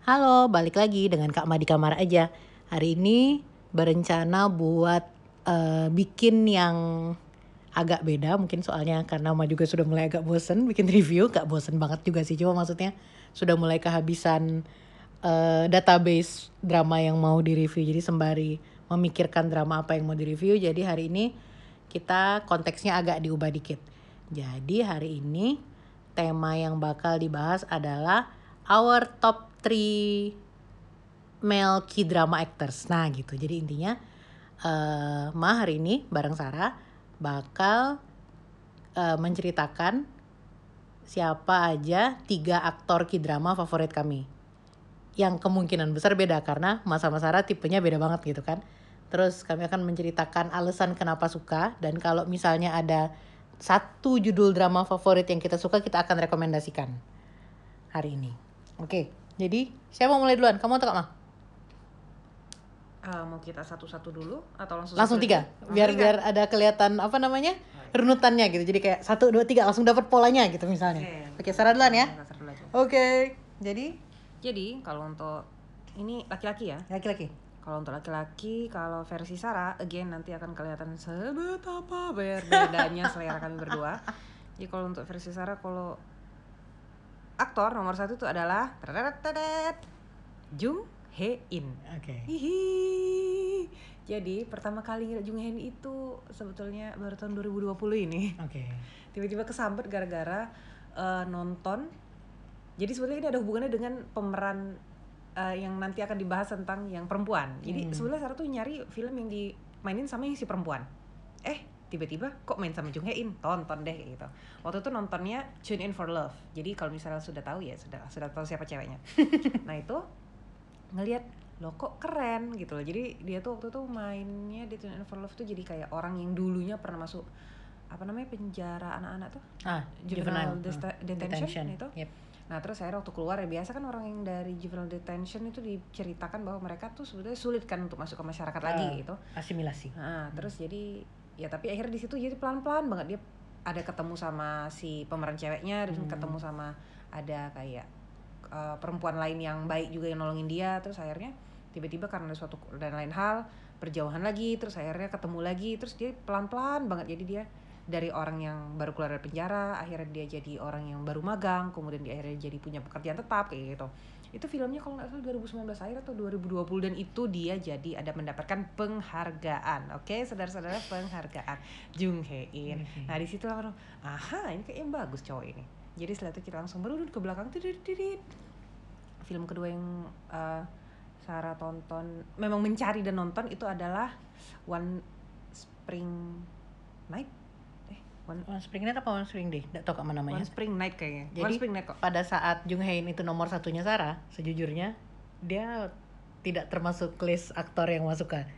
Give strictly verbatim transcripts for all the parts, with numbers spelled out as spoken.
Halo, balik lagi dengan Kak Ma di kamar aja. Hari ini berencana buat uh, bikin yang agak beda mungkin soalnya karena Ma juga sudah mulai agak bosen bikin review. Gak bosen banget juga sih, cuma maksudnya sudah mulai kehabisan uh, database drama yang mau direview. Jadi sembari memikirkan drama apa yang mau direview, jadi hari ini kita konteksnya agak diubah dikit. Jadi hari ini tema yang bakal dibahas adalah our top three male key drama actors. Nah gitu, jadi intinya uh, Ma hari ini bareng Sarah bakal uh, menceritakan siapa aja tiga aktor key drama favorit kami. Yang kemungkinan besar beda karena Ma sama Sarah tipenya beda banget gitu kan. Terus kami akan menceritakan alasan kenapa suka, dan kalau misalnya ada satu judul drama favorit yang kita suka, kita akan rekomendasikan hari ini. Oke, jadi siapa mau mulai duluan? Kamu atau Kak Ma? Uh, mau kita satu-satu dulu atau langsung langsung tiga? Langsung biar tiga. biar ada kelihatan apa namanya runutannya gitu. Jadi kayak satu dua tiga langsung dapat polanya gitu misalnya. Oke, okay, Sarah duluan ya. Oke, okay. jadi jadi kalau untuk ini laki-laki ya. Laki-laki. Kalau untuk laki-laki, kalau versi Sarah, again nanti akan kelihatan sebetapa bedanya selera kami berdua. Jadi kalau untuk versi Sarah, kalau aktor nomor satu itu adalah Jung Hae In. Oke. Okay. Jadi pertama kali ngeliat Jung Hae In itu sebetulnya baru tahun dua ribu dua puluh ini. Oke. Okay. Tiba-tiba kesambet gara-gara uh, nonton. Jadi sebetulnya ini ada hubungannya dengan pemeran uh, yang nanti akan dibahas tentang yang perempuan. Jadi hmm. sebenarnya Sarah tuh nyari film yang dimainin sama yang si perempuan. Eh tiba-tiba kok main sama Jung Hae In, tonton deh gitu. Waktu itu nontonnya Tune In For Love. Jadi kalau misalnya sudah tahu ya sudah sudah tahu siapa ceweknya. Nah itu ngelihat loh kok keren gitu loh. Jadi dia tuh waktu itu mainnya di Tune In For Love tuh jadi kayak orang yang dulunya pernah masuk apa namanya penjara anak-anak tuh, ah, juvenile, juvenile desta- detention, detention itu. Yep. Nah terus akhirnya waktu keluar ya biasa kan orang yang dari juvenile detention itu diceritakan bahwa mereka tuh sebetulnya sulit kan untuk masuk ke masyarakat uh, lagi gitu. Asimilasi. Nah hmm. terus jadi ya tapi akhirnya di situ jadi pelan-pelan banget dia ada ketemu sama si pemeran ceweknya, dan hmm. ketemu sama ada kayak uh, perempuan lain yang baik juga yang nolongin dia. Terus akhirnya tiba-tiba karena ada suatu dan lain hal berjauhan lagi, terus akhirnya ketemu lagi, terus dia pelan-pelan banget jadi dia dari orang yang baru keluar dari penjara akhirnya dia jadi orang yang baru magang, kemudian dia akhirnya jadi punya pekerjaan tetap kayak gitu. Itu filmnya kalau nggak salah dua ribu sembilan belas akhir atau dua ribu dua puluh, dan itu dia jadi ada mendapatkan penghargaan. Oke, okay, saudara-saudara, penghargaan Jung Hae In. Mm-hmm. Nah di situ lah, aha ini kayaknya bagus cowok ini. Jadi setelah itu kita langsung berudut ke belakang. Tidit-tidit. Film kedua yang uh, Sarah tonton, memang mencari dan nonton, itu adalah One Spring Night. One, One Spring Night apa One Spring Day? Nggak tahu mana namanya. One Spring Night kayaknya. Jadi One Spring Night kok. Pada saat Jung Hae In itu nomor satunya Sarah, sejujurnya dia tidak termasuk list aktor yang masuk kan.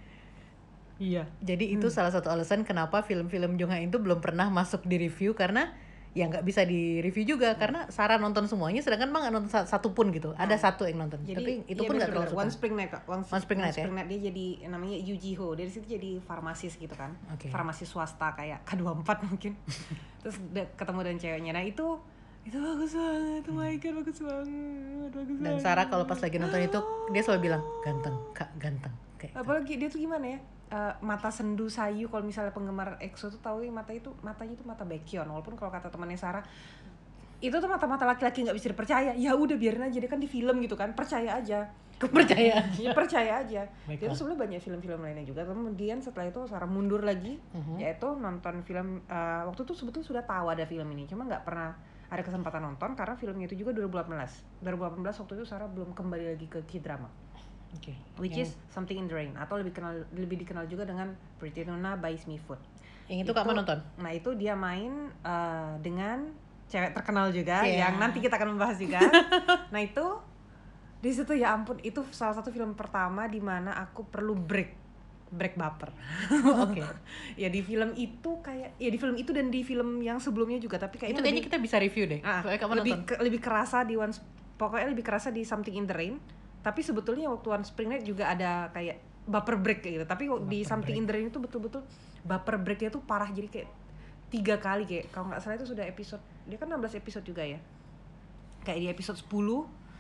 Iya. Jadi hmm. itu salah satu alasan kenapa film-film Jung Hae In itu belum pernah masuk di review, karena ya nggak bisa di review juga hmm. karena Sarah nonton semuanya, sedangkan Bang nggak nonton satu pun gitu. Ada hmm. satu yang nonton. Jadi, tapi itu iya, pun nggak terlalu suka. One Spring Night kok. One, One Spring Night, One Spring ya? Night dia jadi namanya Yu Ji Ho. Dari situ jadi farmasis gitu kan. Okay. Farmasis swasta kayak K dua puluh empat mungkin. Terus ketemu dengan ceweknya. Nah itu itu bagus banget. Oh my god, bagus banget. Bagus Dan banget. Sarah kalau pas lagi nonton itu dia selalu bilang ganteng, Kak, ganteng. Kayak apalagi dia tuh gimana ya? Uh, mata sendu sayu, kalau misalnya penggemar E X O tuh tahu ya, mata itu matanya itu mata Baekhyun, walaupun kalau kata temannya Sarah itu tuh mata-mata laki-laki nggak bisa dipercaya. Ya udah biarin aja, dia kan di film gitu kan, percaya aja. Percaya ya percaya aja. Dia tuh sebenarnya banyak film-film lainnya juga. Kemudian setelah itu Sarah mundur lagi, uh-huh. yaitu nonton film uh, waktu itu sebetulnya sudah tahu ada film ini, cuma nggak pernah ada kesempatan nonton karena filmnya itu juga dua ribu delapan belas. dua ribu delapan belas waktu itu Sarah belum kembali lagi ke K-drama. Okay. Which yang... is Something in the Rain, atau lebih kenal lebih dikenal juga dengan Pretty Nuna Buys Me Food. Yang itu, itu Kak nonton? Nah itu dia main uh, dengan cewek terkenal juga, yeah. yang nanti kita akan membahas juga. Nah itu di situ ya ampun, itu salah satu film pertama di mana aku perlu break break baper. Oke. Okay. Ya di film itu kayak ya di film itu dan di film yang sebelumnya juga, tapi kayaknya itu kayaknya lebih, kita bisa review deh. Ah, lebih ke, lebih kerasa di One, pokoknya lebih kerasa di Something in the Rain. Tapi sebetulnya waktu One Spring Night juga ada kayak baper break gitu. Tapi baper di Something break. in the Rain itu betul-betul baper breaknya tuh parah, jadi kayak tiga kali kayak kalau nggak salah itu sudah episode, dia kan enam belas episode juga ya. Kayak di episode sepuluh,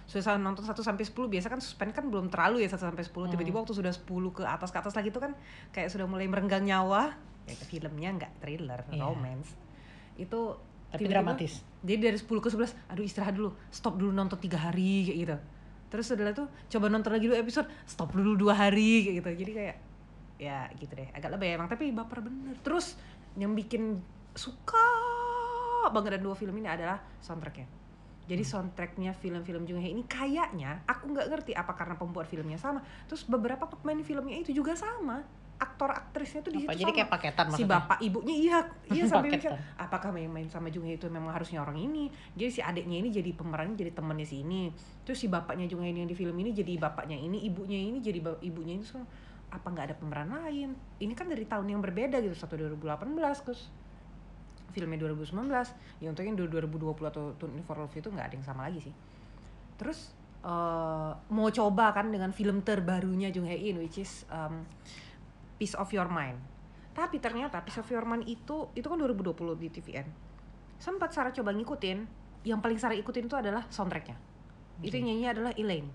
susah nonton satu sampai sepuluh, biasa kan suspense kan belum terlalu ya satu sampai sepuluh, tiba-tiba waktu sudah sepuluh ke atas ke atas lagi itu kan kayak sudah mulai merenggang nyawa. Ya, filmnya nggak thriller, Iya. romance. Itu Tapi tiba-tiba- dramatis. Jadi dari sepuluh ke sebelas, aduh istirahat dulu, stop dulu nonton tiga hari kayak gitu. Terus setelah itu coba nonton lagi dulu episode, stop dulu dua hari kayak gitu. Jadi kayak ya gitu deh, agak lebih emang, tapi baper bener. Terus yang bikin suka banget dan dua film ini adalah soundtracknya. Jadi soundtracknya film-film Jung Hae ini kayaknya aku nggak ngerti apa karena pembuat filmnya sama, terus beberapa pemain filmnya itu juga sama, aktor aktrisnya tuh di Apa, situ jadi sama. kayak paketan Si maksudnya? bapak ibunya iya iya sampai Paketan. mikir apakah yang main sama Jung Hae itu memang harusnya orang ini, jadi si adiknya ini jadi pemerannya jadi temannya si ini, terus si bapaknya Jung Hae yang di film ini jadi bapaknya ini, ibunya ini jadi ba- ibunya ini, so, apa nggak ada pemeran lain? Ini kan dari tahun yang berbeda gitu, satu dua ribu delapan belas terus filmnya dua ribu sembilan belas, ya untuk yang dua ribu dua puluh atau Tune for Love itu nggak ada yang sama lagi sih. Terus eh, mau coba kan dengan film terbarunya Jung Hae In, which is um, Piece of Your Mind. Tapi ternyata Piece of Your Mind itu itu kan dua ribu dua puluh di T V N. Sempat Sarah coba ngikutin, yang paling Sarah ikutin itu adalah soundtracknya. Itu yang nyanyi adalah Elaine.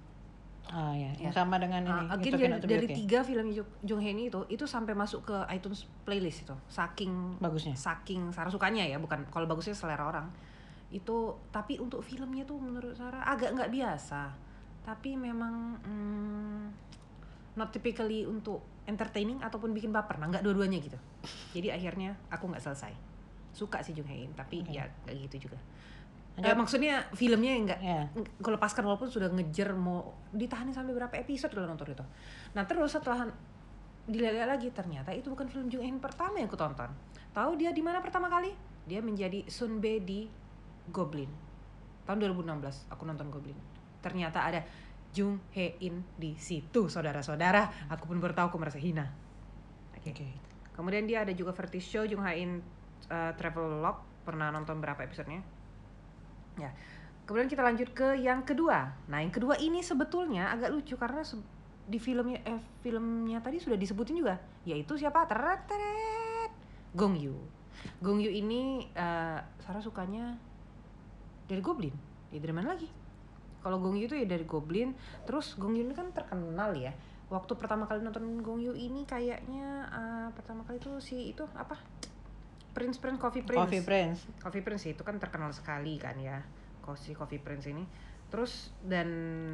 Ah ya, yang Ya. sama dengan ini. Uh, again Itu dari, Cannot To Be dari Okay. tiga film Ju- Jung Hae ini itu itu sampai masuk ke iTunes playlist itu. Saking Bagusnya. saking Sarah sukanya ya, bukan kalau bagusnya selera orang. Itu tapi untuk filmnya tuh menurut Sarah agak nggak biasa. Tapi memang hmm, not typically untuk entertaining ataupun bikin baper. Nah, nggak dua-duanya gitu. Jadi akhirnya aku nggak selesai. Suka sih Jung Hae In, tapi Okay. ya nggak gitu juga. Lanjut. Eh, maksudnya filmnya nggak Ya. gue lepaskan walaupun sudah ngejar mau ditahanin sampai berapa episode kalau nonton itu. Nah terus setelah dilihat lagi ternyata itu bukan film Jung Hae In pertama yang aku tonton. Tahu dia di mana pertama kali? Dia menjadi Sun Bae di Goblin tahun dua ribu enam belas. Aku nonton Goblin. Ternyata ada Jung Hae In di situ, saudara-saudara. Aku pun baru tahu, aku merasa hina. Oke. Oke. Kemudian dia ada juga Vertice Show, Jung Hae In uh, Travel Log. Pernah nonton berapa episodenya? Ya. Kemudian kita lanjut ke yang kedua. Nah, yang kedua ini sebetulnya agak lucu karena se- di filmnya eh, filmnya tadi sudah disebutin juga, yaitu siapa? Teret teret. Gong Yoo. Gong Yoo ini uh, Sarah sukanya dari Goblin. Ya dari mana lagi? Kalau Gong Yoo itu ya dari Goblin. Terus Gong Yoo ini kan terkenal ya. Waktu pertama kali nonton Gong Yoo ini kayaknya uh, pertama kali itu si itu apa? Prince Prince Coffee Prince. Coffee Prince. Coffee Prince itu kan terkenal sekali kan ya, si Coffee Prince ini. Terus dan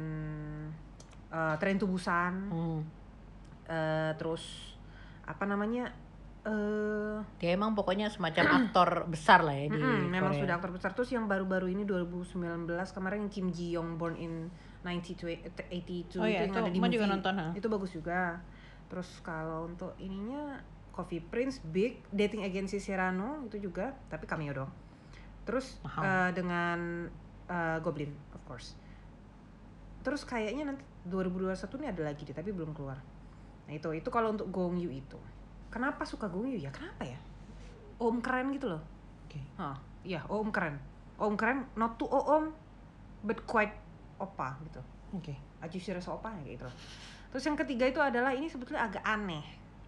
uh, Train to Busan, Hmm. uh, terus apa namanya? Uh, Dia emang pokoknya semacam aktor besar lah ya di mm-mm, memang Korea. sudah aktor besar. Terus yang baru-baru ini dua ribu sembilan belas kemarin yang Kim Ji Young Born in sembilan puluh delapan puluh Oh iya, itu yang itu ada di Uma movie. juga nonton, ha? Itu bagus juga. Terus kalau untuk ininya Coffee Prince, Big, Dating Agency Serrano itu juga, tapi cameo doang. Terus Mahal. uh, dengan uh, Goblin, of course. Terus kayaknya nanti dua ribu dua puluh satu ini ada lagi deh, tapi belum keluar. Nah itu, itu kalau untuk Gong Yoo itu. Kenapa suka Gong Yoo ya? Kenapa ya? Om keren gitu loh. Oke. Hah, iya, Om keren. Om keren, not too Om, but quite opa gitu. Oke. Aju Shirasa opa kayak gitu. Terus yang ketiga itu adalah ini sebetulnya agak aneh.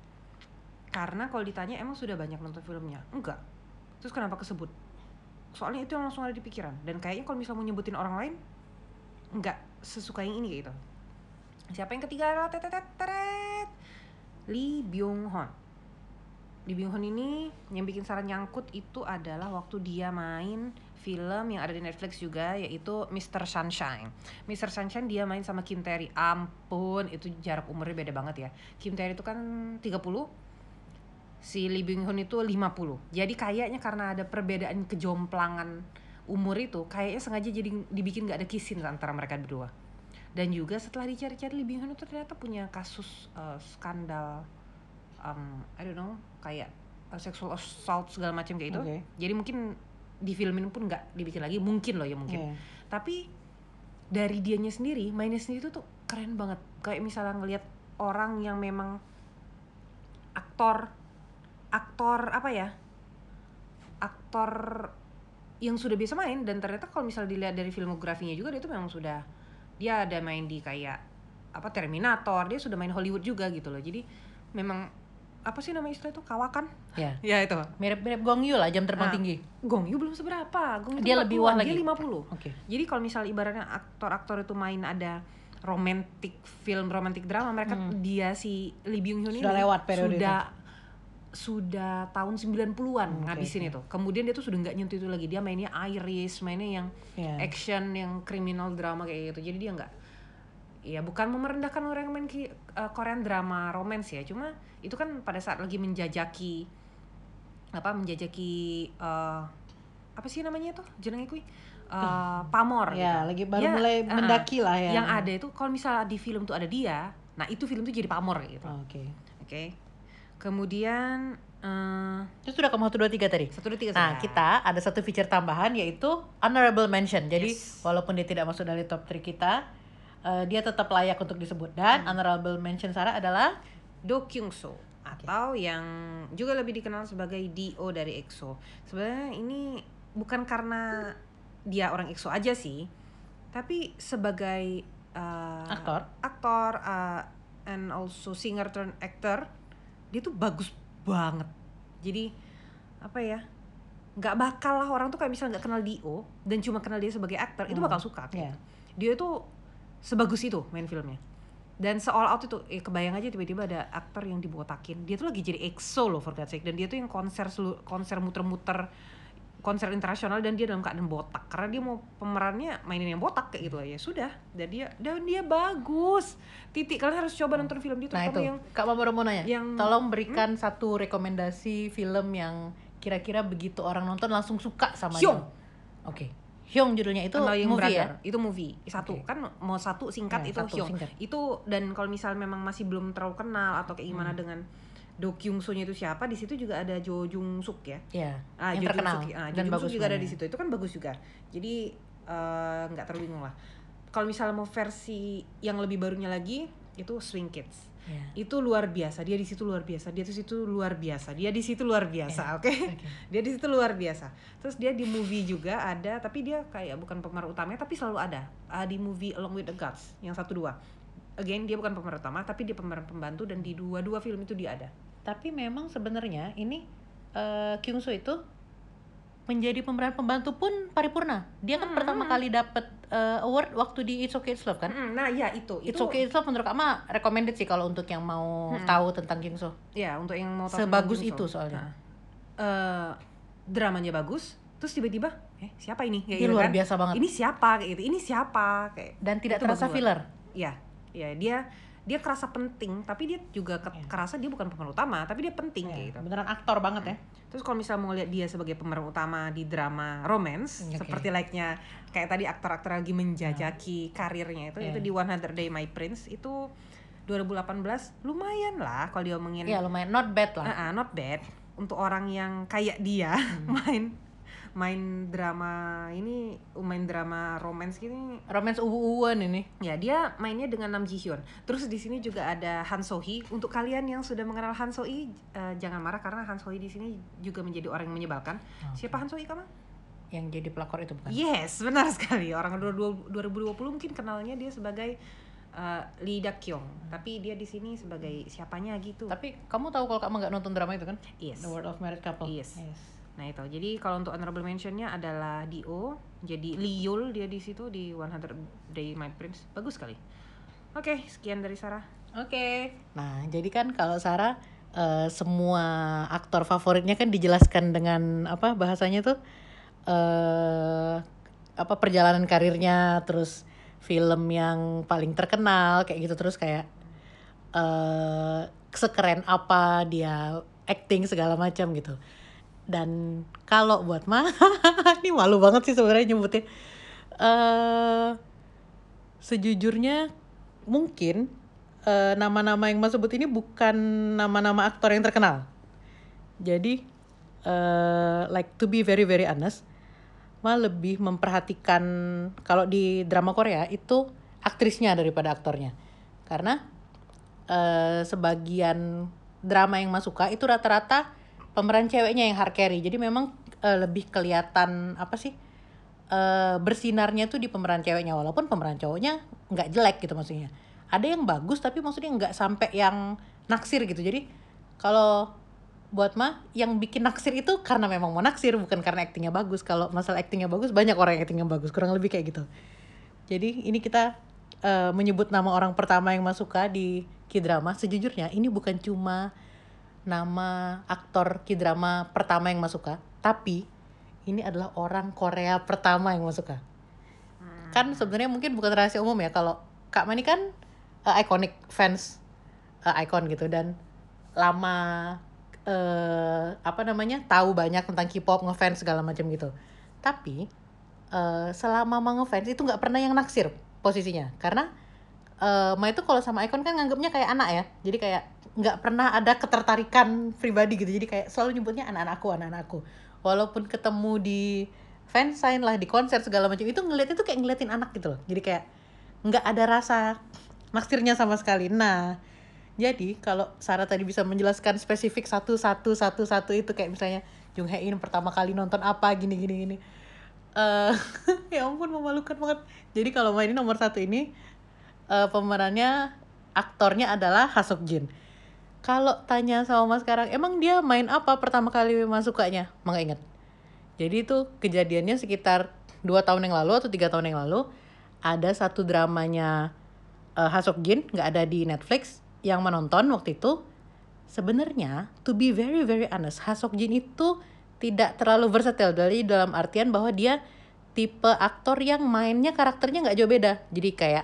Karena kalau ditanya emang sudah banyak nonton filmnya? Enggak. Terus kenapa kesebut? Soalnya itu yang langsung ada di pikiran. Dan kayaknya kalau misalnya mau nyebutin orang lain, enggak sesuka yang ini kayak gitu. Siapa yang ketiga adalah tetet teret Lee Byung Hun. Lee Byung Hun ini yang bikin Sarah nyangkut itu adalah waktu dia main film yang ada di Netflix juga, yaitu mister Sunshine. mister Sunshine dia main sama Kim Tae-ri. Ampun, itu jarak umurnya beda banget ya. Kim Tae-ri itu kan tiga puluh, si Lee Byung Hun itu lima puluh. Jadi kayaknya karena ada perbedaan kejomplangan umur itu, kayaknya sengaja jadi dibikin gak ada kissin antara mereka berdua. Dan juga setelah dicari-cari, Lee Byung Hun itu ternyata punya kasus uh, skandal um, I don't know, kayak uh, sexual assault segala macam kayak itu. Oke. Jadi mungkin di filmin pun nggak dibikin lagi, mungkin loh ya mungkin. Iya. Tapi dari dianya sendiri, mainnya sendiri tuh, tuh keren banget. Kayak misalnya ngelihat orang yang memang aktor aktor apa ya? Aktor yang sudah biasa main, dan ternyata kalau misalnya dilihat dari filmografinya juga dia tuh memang sudah, dia ada main di kayak apa Terminator, dia sudah main Hollywood juga gitu loh. Jadi memang apa sih nama istilah itu, kawakan? Ya. Ya itu. Mirip-mirip Gong Yoo lah, Jam Terbang Nah, Tinggi. Gong Yoo belum seberapa. Gong Yoo Dia tuh lebih empat puluhan, wah dia lagi. lima puluh. Oke. Jadi kalau misal ibaratnya aktor-aktor itu main ada romantic film, romantic drama, mereka Hmm. dia si Lee Byung Hun ini Sudah lewat periode sudah sudah tahun sembilan puluhan Hmm, oke, ngabisin oke. itu. Kemudian dia tuh sudah nggak nyentuh itu lagi. Dia mainnya Iris, mainnya yang Ya. action, yang criminal drama kayak gitu. Jadi dia nggak, ya bukan merendahkan orang yang main ki- uh, Korean drama romance ya, cuma itu kan pada saat lagi menjajaki apa menjajaki uh, apa sih namanya tuh jenenge kui uh, pamor Ya, gitu. lagi baru Dia, mulai uh-uh, mendaki lah ya. yang ada itu kalau misalnya di film tuh ada dia, nah itu film tuh jadi pamor kayak gitu. Oh, Oke. Oke. Kemudian uh, Itu sudah kamu satu dua tiga tadi. satu dua tiga Nah, sudah. kita ada satu feature tambahan yaitu honorable mention. Jadi Yes. walaupun dia tidak masuk dari top tiga kita, eh, dia tetap layak untuk disebut. Dan Hmm. honorable mention Sarah adalah Do Kyung Soo atau yang juga lebih dikenal sebagai D O dari E X O. Sebenarnya ini bukan karena dia orang E X O aja sih, tapi sebagai uh, Aktor. aktor uh, and also singer turn actor, dia tuh bagus banget. Jadi apa ya? Nggak bakal lah orang tuh kayak misalnya nggak kenal D O dan cuma kenal dia sebagai aktor, itu Hmm, bakal suka. iya. Dia tuh sebagus itu main filmnya. Dan se-all out itu, eh, kebayang aja tiba-tiba ada aktor yang dibotakin. Dia tuh lagi jadi E X O loh for God's sake. Dan dia tuh yang konser selu- konser muter-muter, konser internasional, dan dia dalam keadaan botak. Karena dia mau pemerannya mainin yang botak kayak gitu aja. Sudah, dan dia dan dia bagus. Titik, kalian harus coba nonton film dia Nah terutama itu, yang Kak Mama baru mau nanya. yang- Tolong berikan satu rekomendasi film yang kira-kira begitu orang nonton langsung suka sama Hyung. dia. Oke. Hyung judulnya itu Annoying movie ya? Brother. Itu movie satu. Oke. Kan mau satu singkat Ya, itu satu Hyung. singkat. Itu, dan kalau misal memang masih belum terlalu kenal atau kayak gimana Hmm. dengan Do Kyung Soo-nya itu siapa, di situ juga ada Jo Jung Suk ya. Iya. Ah, yang Jo terkenal Jung Suk, ah, Jo dan Jung bagus Suk juga ada di mainnya. situ. Itu kan bagus juga. Jadi eh, nggak terlalu bingung lah. Kalau misalnya mau versi yang lebih barunya lagi, itu Swing Kids. Iya. Itu luar biasa. Dia di situ luar biasa. Dia di situ luar biasa. Dia di situ luar biasa. Oke. Oke. Dia di situ luar biasa. Terus dia di movie juga ada, tapi dia kayak bukan pemeran utamanya, tapi selalu ada. Ah, di movie Along with the Gods yang satu dua. Again, dia bukan pemeran utama, tapi dia pemeran pembantu, dan di dua-dua film itu dia ada. Tapi memang sebenarnya ini eh, Kyung Soo itu menjadi pemeran pembantu pun paripurna. Dia kan Hmm. pertama kali dapat eh, award waktu di It's Okay It's Love kan? Mm-mm, nah, ya itu. It's itu Okay It's Love menurut Kak Ma recommended sih kalau untuk yang mau Hmm. tahu tentang Kyung Soo. Ya, untuk yang mau tahu Sebagus tentang Kim itu So. soalnya. Nah, eh, dramanya bagus, terus tiba-tiba, eh siapa ini? Kayak Ini gitu luar kan. biasa banget. Ini siapa kayak gitu? Ini siapa kayak. Dan tidak itu terasa bagus filler. banget. Iya, ya dia dia kerasa penting, tapi dia juga ke- Iya. kerasa dia bukan pemeran utama, tapi dia penting kayak gitu. Beneran aktor banget ya. Terus kalau misalnya mau lihat dia sebagai pemeran utama di drama romance, Oke. seperti like-nya kayak tadi aktor-aktor lagi menjajaki karirnya itu, Iya. itu di one hundred Day My Prince itu dua ribu delapan belas lumayan lah kalau dia omongin. Iya lumayan not bad lah. Uh-uh, not bad untuk orang yang kayak dia main main drama ini, main drama romance gini. Romance uwu-uwan ini. Ya, dia mainnya dengan Nam Ji Hyun. Terus di sini juga ada Han So Hee. Untuk kalian yang sudah mengenal Han So Hee, eh, jangan marah karena Han So Hee di sini juga menjadi orang yang menyebalkan. Oke. Siapa Han So Hee, kamu? Yang jadi pelakor itu bukan? Yes, benar sekali. Orang dua ribu dua puluh mungkin kenalnya dia sebagai eh, Lee Dak Kyung, tapi dia di sini sebagai siapanya gitu. Tapi kamu tahu kalau kamu nggak nonton drama itu kan? Yes. The World of Married Couple. Yes. Nah itu, jadi kalau untuk honorable mentionnya adalah D O, jadi Lee Yul dia di situ di one hundred Day My Prince, bagus sekali. Oke, sekian dari Sarah. Oke. Nah, jadi kan kalau Sarah eh, semua aktor favoritnya kan dijelaskan dengan apa bahasanya tuh eh apa perjalanan karirnya, terus film yang paling terkenal kayak gitu, terus kayak eh sekeren apa dia acting segala macam gitu. Dan kalau buat Ma, ini malu banget sih sebenarnya nyebutin. Eh sejujurnya mungkin eh, nama-nama yang Ma sebut ini bukan nama-nama aktor yang terkenal. Jadi eh, like to be very very honest, Ma lebih memperhatikan kalau di drama Korea itu aktrisnya daripada aktornya. Karena eh, sebagian drama yang Ma suka itu rata-rata pemeran ceweknya yang hard carry. Jadi memang eh, lebih kelihatan apa sih eh, bersinarnya tuh di pemeran ceweknya, walaupun pemeran cowoknya nggak jelek gitu maksudnya. Ada yang bagus tapi maksudnya nggak sampai yang naksir gitu. Jadi Kalau buat mah yang bikin naksir itu karena memang mau naksir, bukan karena aktingnya bagus. Kalau masalah aktingnya bagus, banyak orang yang aktingnya bagus, kurang lebih kayak gitu. Jadi ini kita uh, menyebut nama orang pertama yang Masuka di K-drama. Sejujurnya ini bukan cuma nama aktor K-drama pertama yang Masuka, tapi ini adalah orang Korea pertama yang Masuka. Hmm. Kan sebenarnya mungkin bukan rahasia umum ya kalau Kak Mani kan uh, iconic fans, uh, icon gitu, dan lama uh, apa namanya tahu banyak tentang K-pop, ngefans segala macam gitu. Tapi Uh, selama mau ngefans itu nggak pernah yang naksir posisinya, karena uh, Ma itu kalau sama Icon kan nganggapnya kayak anak ya, jadi kayak nggak pernah ada ketertarikan pribadi gitu, jadi kayak selalu nyebutnya anak-anakku, anak-anakku. Walaupun ketemu di fansign lah, di konser segala macam, itu ngeliat itu kayak ngeliatin anak gitu loh, jadi kayak nggak ada rasa naksirnya sama sekali. Nah, jadi kalau Sarah tadi bisa menjelaskan spesifik satu satu satu satu itu kayak misalnya Jung Hae In pertama kali nonton apa gini gini gini. Uh, ya ampun memalukan banget. Jadi kalau main nomor satu ini uh, pemerannya, aktornya adalah Ha Seok Jin. Kalau tanya sama Mas sekarang, emang dia main apa pertama kali Masukanya? Emang gak inget. Jadi itu kejadiannya sekitar dua tahun yang lalu atau tiga tahun yang lalu. Ada satu dramanya uh, Ha Seok Jin, gak ada di Netflix, yang menonton waktu itu. Sebenarnya, to be very very honest, Ha Seok Jin itu tidak terlalu versatile, dari dalam artian bahwa dia tipe aktor yang mainnya karakternya nggak jauh beda. Jadi kayak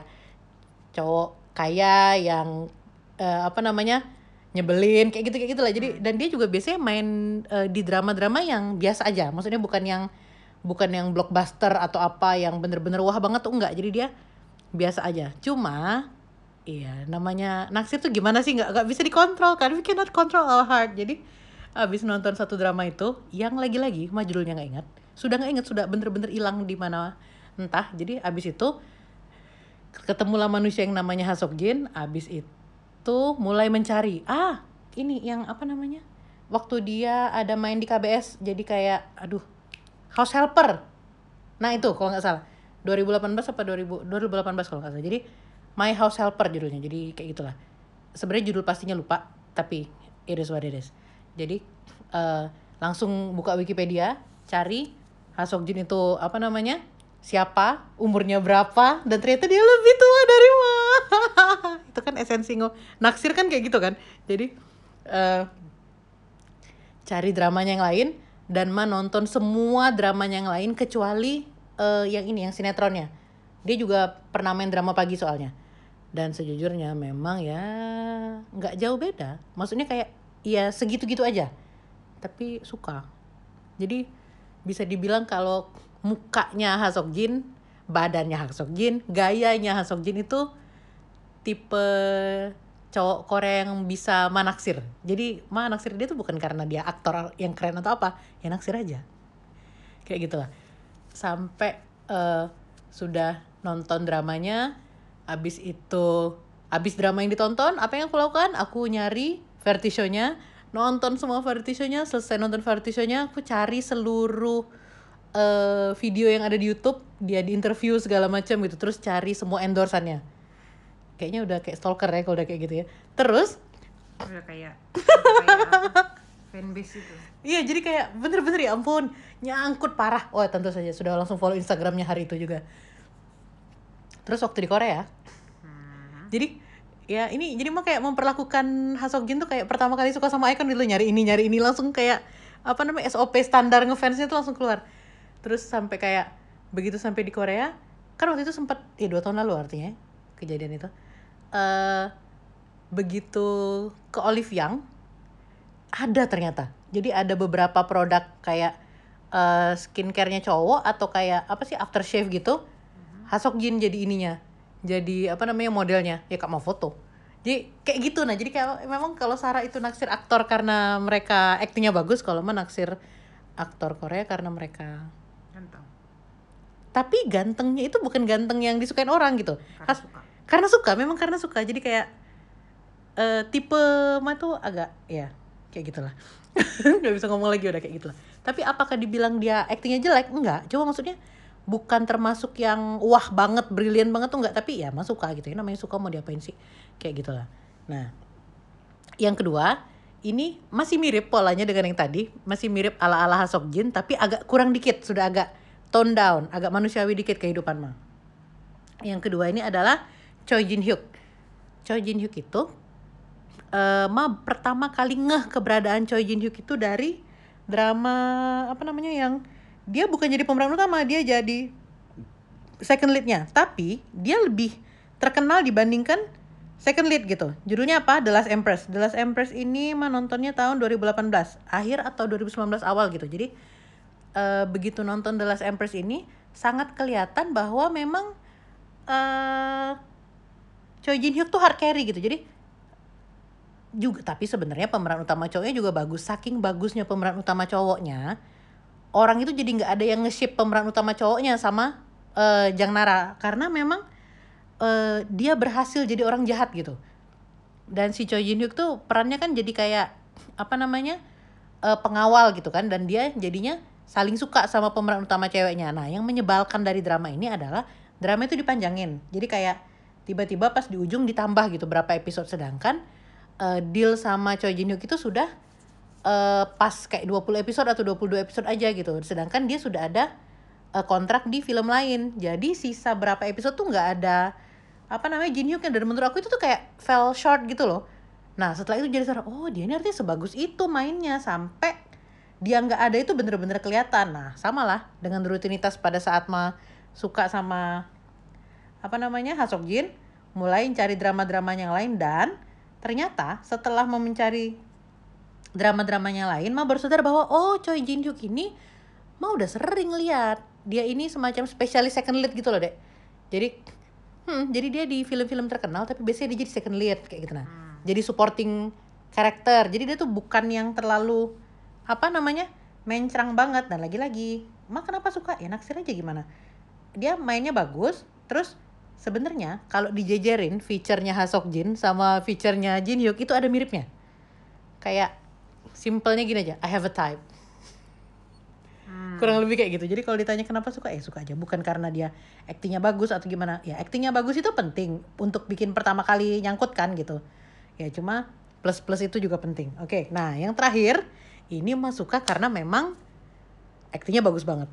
cowok kaya yang uh, apa namanya nyebelin kayak gitu kayak gitulah. Jadi dan dia juga biasanya main uh, di drama-drama yang biasa aja. Maksudnya bukan yang bukan yang blockbuster atau apa yang bener-bener wah banget tuh, enggak. Jadi dia biasa aja. Cuma iya namanya naksir tuh gimana sih, nggak nggak bisa dikontrol kan, we cannot control our heart. Jadi abis nonton satu drama itu, yang lagi-lagi mah judulnya nggak ingat, sudah nggak ingat, sudah bener-bener hilang di mana entah. Jadi abis itu ketemulah manusia yang namanya Ha Seok Jin. Abis itu mulai mencari, ah ini yang apa namanya, waktu dia ada main di K B S jadi kayak aduh house helper. Nah itu kalau nggak salah dua ribu delapan belas apa dua ribu delapan belas kalau nggak salah. Jadi My House Helper judulnya. Jadi kayak gitulah. Sebenarnya judul pastinya lupa, tapi it is what it is. Jadi uh, langsung buka Wikipedia, cari Ha Seok Jin itu apa namanya, siapa, umurnya berapa, dan ternyata dia lebih tua dari Ma. Itu kan esensi naksir kan kayak gitu kan. Jadi uh, cari dramanya yang lain, dan Ma nonton semua dramanya yang lain kecuali uh, yang ini, yang sinetronnya. Dia juga pernah main drama pagi soalnya. Dan sejujurnya memang ya nggak jauh beda. Maksudnya kayak ya segitu-gitu aja. Tapi suka. Jadi bisa dibilang kalau mukanya Ha Seok Jin, badannya Ha Seok Jin, gayanya Ha Seok Jin itu tipe cowok Korea yang bisa manaksir. Jadi manaksir dia tuh bukan karena dia aktor yang keren atau apa, ya naksir aja. Kayak gitu lah. Sampai uh, sudah nonton dramanya, abis itu, abis drama yang ditonton, apa yang aku lakukan? Aku nyari variety show-nya, nonton semua variety show-nya. Selesai nonton variety show-nya, aku cari seluruh uh, video yang ada di YouTube, dia di interview segala macam gitu, terus cari semua endorsannya. Kayaknya udah kayak stalker ya kalau udah kayak gitu ya. Terus udah kayak kayak fanbase itu. Iya, jadi kayak bener-bener ya ampun, nyangkut parah. Oh tentu saja sudah langsung follow Instagramnya hari itu juga. Terus waktu di Korea, hmm. jadi ya ini jadi mah kayak memperlakukan Ha Seok Jin tuh kayak pertama kali suka sama Icon dulu, nyari ini nyari ini langsung kayak apa namanya S O P standar ngefansnya tuh langsung keluar. Terus sampai kayak begitu sampai di Korea, kan waktu itu sempat ya dua tahun lalu artinya kejadian itu. Uh, begitu ke Olive Young ada ternyata. Jadi ada beberapa produk kayak uh, skincare-nya cowok atau kayak apa sih aftershave gitu. Ha Seok Jin jadi ininya, jadi apa namanya modelnya. Ya Kak mau foto. Jadi kayak gitu. Nah jadi kayak memang kalau Sarah itu naksir aktor karena mereka aktingnya bagus, kalau mah naksir aktor Korea karena mereka ganteng. Tapi gantengnya itu bukan ganteng yang disukain orang gitu. Karena Has, suka. Karena suka, memang karena suka. Jadi kayak uh, tipe mah tuh agak ya kayak gitulah. Gak bisa ngomong lagi udah kayak gitulah. Tapi apakah dibilang dia aktingnya jelek? Enggak. Cuma maksudnya bukan termasuk yang wah banget, brilian banget tuh enggak, tapi ya mah suka gitu ya, namanya suka mau diapain sih, kayak gitulah. Nah, yang kedua ini masih mirip polanya dengan yang tadi, masih mirip ala-ala Ha Seok Jin, tapi agak kurang dikit, sudah agak tone down, agak manusiawi dikit kehidupan Ma. Yang kedua ini adalah Choi Jin Hyuk. Choi Jin Hyuk itu uh, Ma pertama kali ngeh keberadaan Choi Jin Hyuk itu dari drama apa namanya yang dia bukan jadi pemeran utama, dia jadi second lead-nya, tapi dia lebih terkenal dibandingkan second lead gitu. Judulnya apa? The Last Empress. The Last Empress ini mah nontonnya tahun dua ribu delapan belas akhir atau dua ribu sembilan belas awal gitu. Jadi uh, begitu nonton The Last Empress ini sangat kelihatan bahwa memang uh, Choi Jin Hyuk tuh hard carry gitu. Jadi juga, tapi sebenarnya pemeran utama cowoknya juga bagus. Saking bagusnya pemeran utama cowoknya, orang itu jadi nggak ada yang nge-ship pemeran utama cowoknya sama uh, Jang Nara, karena memang uh, dia berhasil jadi orang jahat gitu. Dan si Choi Jin Hyuk tuh perannya kan jadi kayak apa namanya uh, pengawal gitu kan, dan dia jadinya saling suka sama pemeran utama ceweknya. Nah, yang menyebalkan dari drama ini adalah drama itu dipanjangin. Jadi kayak tiba-tiba pas di ujung ditambah gitu berapa episode, sedangkan uh, deal sama Choi Jin Hyuk itu sudah uh, pas kayak dua puluh episode atau dua puluh dua episode aja gitu. Sedangkan dia sudah ada uh, kontrak di film lain. Jadi sisa berapa episode tuh nggak ada apa namanya Jin Hyuk, dan menurut aku itu tuh kayak fell short gitu loh. Nah setelah itu jadi sadar, oh dia ini artinya sebagus itu mainnya, sampai dia nggak ada itu bener-bener kelihatan. Nah sama lah dengan rutinitas pada saat Ma suka sama apa namanya Ha Seok Jin, mulai cari drama-drama yang lain, dan ternyata setelah mau mencari drama-dramanya lain, Ma baru sadar bahwa oh Choi Jin Hyuk ini Ma udah sering lihat. Dia ini semacam spesialis second lead gitu loh dek. Jadi Hmm, jadi dia di film-film terkenal tapi biasanya dia jadi second lead kayak gitu nah. Hmm. Jadi supporting karakter. Jadi dia tuh bukan yang terlalu apa namanya mencrang banget. Dan lagi-lagi, Ma kenapa suka? Ya naksir aja gimana. Dia mainnya bagus. Terus sebenarnya kalau dijejerin feature-nya Ha Seok Jin sama feature-nya Jin Hyuk itu ada miripnya. Kayak simpelnya gini aja, I have a type. Kurang lebih kayak gitu. Jadi kalau ditanya kenapa suka, eh suka aja. Bukan karena dia aktingnya bagus atau gimana. Ya aktingnya bagus itu penting untuk bikin pertama kali nyangkut kan gitu. Ya cuma plus-plus itu juga penting. Oke, nah yang terakhir ini Ma suka karena memang aktingnya bagus banget.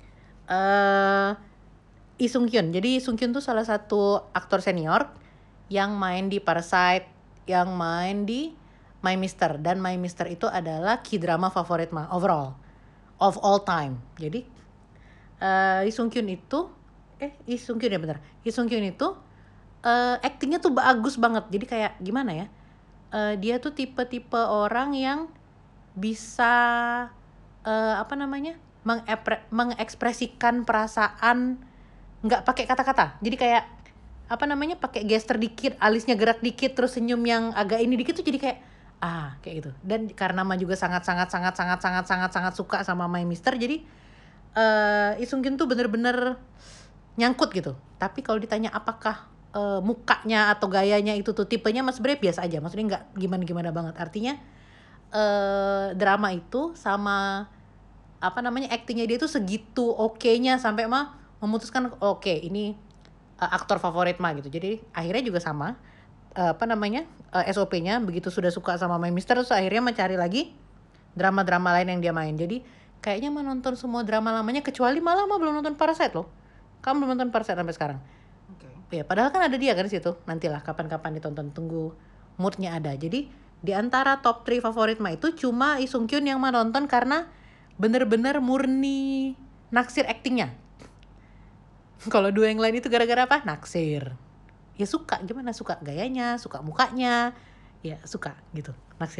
Uh, Lee Sung Kyun. Jadi Lee Sung Kyun tuh salah satu aktor senior yang main di Parasite, yang main di My Mister. Dan My Mister itu adalah K-drama favorit Ma overall. Of all time. Jadi uh, Lee Sung Kyun itu eh Lee Sung Kyun ya benar. Lee Sung Kyun itu uh, actingnya tuh bagus banget. Jadi kayak gimana ya? Uh, dia tuh tipe-tipe orang yang bisa uh, apa namanya? Mengepre- mengekspresikan perasaan nggak pakai kata-kata. Jadi kayak apa namanya? Pakai gesture dikit, alisnya gerak dikit, terus senyum yang agak ini dikit tuh jadi kayak ah kayak gitu. Dan karena Ma juga sangat sangat sangat sangat sangat sangat sangat suka sama My Mister, jadi uh, Lee Sung Kyun tuh bener-bener nyangkut gitu. Tapi kalau ditanya apakah uh, mukanya atau gayanya itu tuh tipenya, Mas sebenarnya biasa aja. Maksudnya nggak gimana-gimana banget. Artinya uh, drama itu sama apa namanya aktingnya dia tuh segitu oke-nya sampai Ma memutuskan oke okay, ini uh, aktor favorit Ma gitu. Jadi akhirnya juga sama uh, apa namanya uh, S O P-nya begitu sudah suka sama My Mister, terus akhirnya mencari lagi drama-drama lain yang dia main. Jadi kayaknya Ma nonton semua drama lamanya kecuali malah Ma belum nonton Parasite loh. Kamu belum nonton Parasite sampai sekarang. Oke. Okay. Ya padahal kan ada dia kan di situ. Nantilah kapan-kapan ditonton, tunggu moodnya ada. Jadi di antara top tiga favorit Ma itu cuma Lee Sung Kyun yang Ma nonton karena bener-bener murni naksir aktingnya. Kalau dua yang lain itu gara-gara apa? Naksir. Ya suka, gimana suka gayanya, suka mukanya, ya suka gitu, naksir.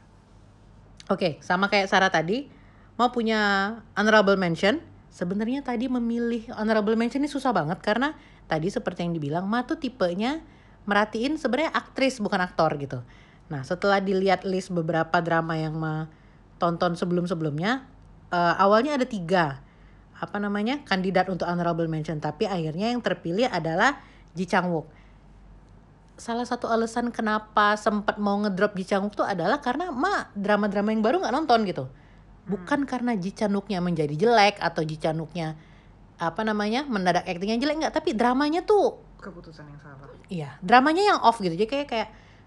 Oke, sama kayak Sarah tadi, mau punya honorable mention. Sebenarnya tadi memilih honorable mention ini susah banget karena tadi seperti yang dibilang, Ma tuh tipenya merhatiin sebenarnya aktris bukan aktor gitu. Nah setelah dilihat list beberapa drama yang Ma tonton sebelum-sebelumnya, uh, awalnya ada tiga apa namanya kandidat untuk honorable mention, tapi akhirnya yang terpilih adalah Ji Chang-wook. Salah satu alasan kenapa sempat mau ngedrop Ji Chang-wook tuh adalah karena Ma drama-drama yang baru nggak nonton gitu. Bukan hmm. karena Ji Chang-wooknya menjadi jelek atau Ji Chang-wooknya apa namanya mendadak actingnya jelek, nggak, tapi dramanya tuh keputusan yang salah. Iya, dramanya yang off gitu. Jadi kayak kayak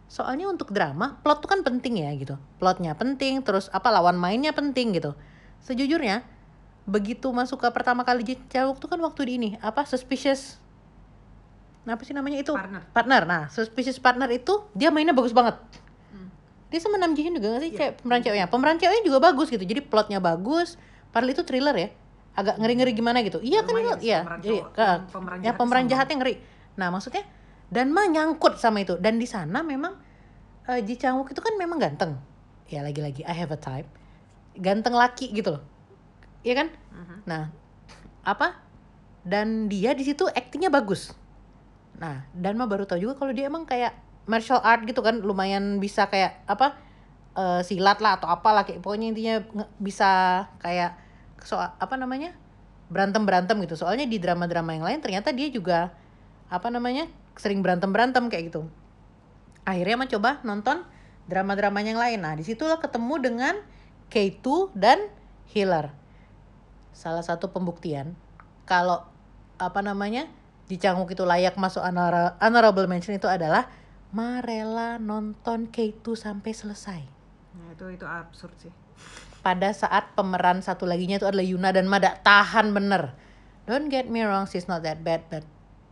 Soalnya untuk drama, plot tuh kan penting ya gitu. Plotnya penting, terus apa lawan mainnya penting gitu. Sejujurnya, begitu masuk ke pertama kali Ji Chang-wook tuh kan waktu di ini, apa Suspicious, apa sih namanya itu? Partner. Partner. Nah, Suspicious Partner itu dia mainnya bagus banget. Hmm. Dia sama Nam Ji Hyun juga gak sih? Iya. Kayak pemeran ceweknya. Pemeran ceweknya juga bagus gitu. Jadi plotnya bagus. Padahal itu thriller ya. Agak ngeri-ngeri gimana gitu. Iya kan Lumayan itu, sih iya. pemeran Jadi cowok. ke, Yang pemeran ya jahatnya pemeran sama. jahatnya ngeri. Nah, maksudnya dan mah nyangkut sama itu. Dan di sana memang uh, Ji Chang-wook itu kan memang ganteng. Ya lagi-lagi I have a type. Ganteng laki gitu loh. Iya kan? Mhm. Nah, apa? Dan dia di situ aktingnya bagus. Nah, dan mah baru tahu juga kalau dia emang kayak martial art gitu kan, lumayan bisa kayak apa? Uh, silat lah atau apalah kayak pokoknya intinya nge- bisa kayak soal apa namanya? berantem-berantem gitu. Soalnya di drama-drama yang lain ternyata dia juga apa namanya? sering berantem-berantem kayak gitu. Akhirnya mah coba nonton drama-drama yang lain. Nah, disitulah ketemu dengan K two dan Healer. Salah satu pembuktian kalau apa namanya Ji Chang-wook itu layak masuk honor- honorable mention itu adalah Ma rela nonton K two sampai selesai. Nah, itu itu absurd sih. Pada saat pemeran satu laginya itu adalah Yuna dan Mada tahan bener. Don't get me wrong, she's not that bad, but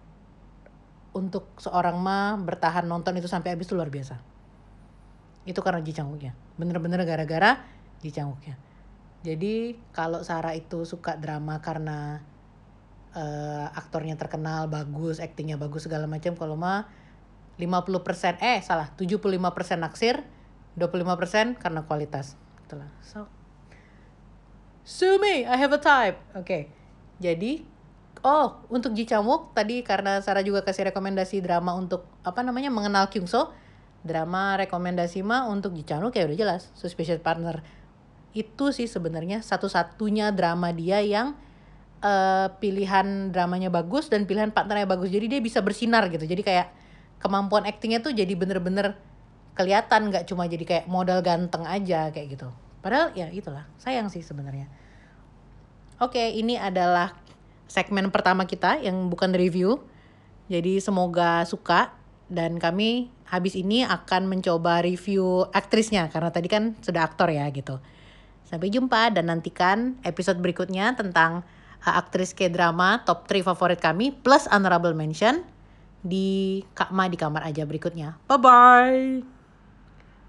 untuk seorang Ma bertahan nonton itu sampai habis itu luar biasa. Itu karena Ji Chang-wooknya. Bener-bener gara-gara Ji Chang-wooknya. Jadi kalau Sarah itu suka drama karena uh, aktornya terkenal, bagus, aktingnya bagus segala macam, kalau Ma lima puluh persen eh salah tujuh puluh lima persen naksir, dua puluh lima persen karena kualitas. Itulah. So sue me, I have a type. Oke. Okay. Jadi oh, untuk Ji Chang-wook tadi karena Sarah juga kasih rekomendasi drama untuk apa namanya mengenal Kyung So. Drama rekomendasi mah untuk Ji Chang-wook ya udah jelas, Suspicious Partner. Itu sih sebenarnya satu-satunya drama dia yang uh, pilihan dramanya bagus dan pilihan partnernya bagus. Jadi dia bisa bersinar gitu. Jadi kayak kemampuan aktingnya tuh jadi bener-bener kelihatan, nggak cuma jadi kayak modal ganteng aja kayak gitu. Padahal ya itulah, sayang sih sebenarnya. Oke, ini adalah segmen pertama kita yang bukan review. Jadi semoga suka dan kami habis ini akan mencoba review aktrisnya karena tadi kan sudah aktor ya gitu. Sampai jumpa dan nantikan episode berikutnya tentang uh, aktris K-drama top tiga favorit kami plus honorable mention di Kak Ma di kamar aja berikutnya. Bye bye.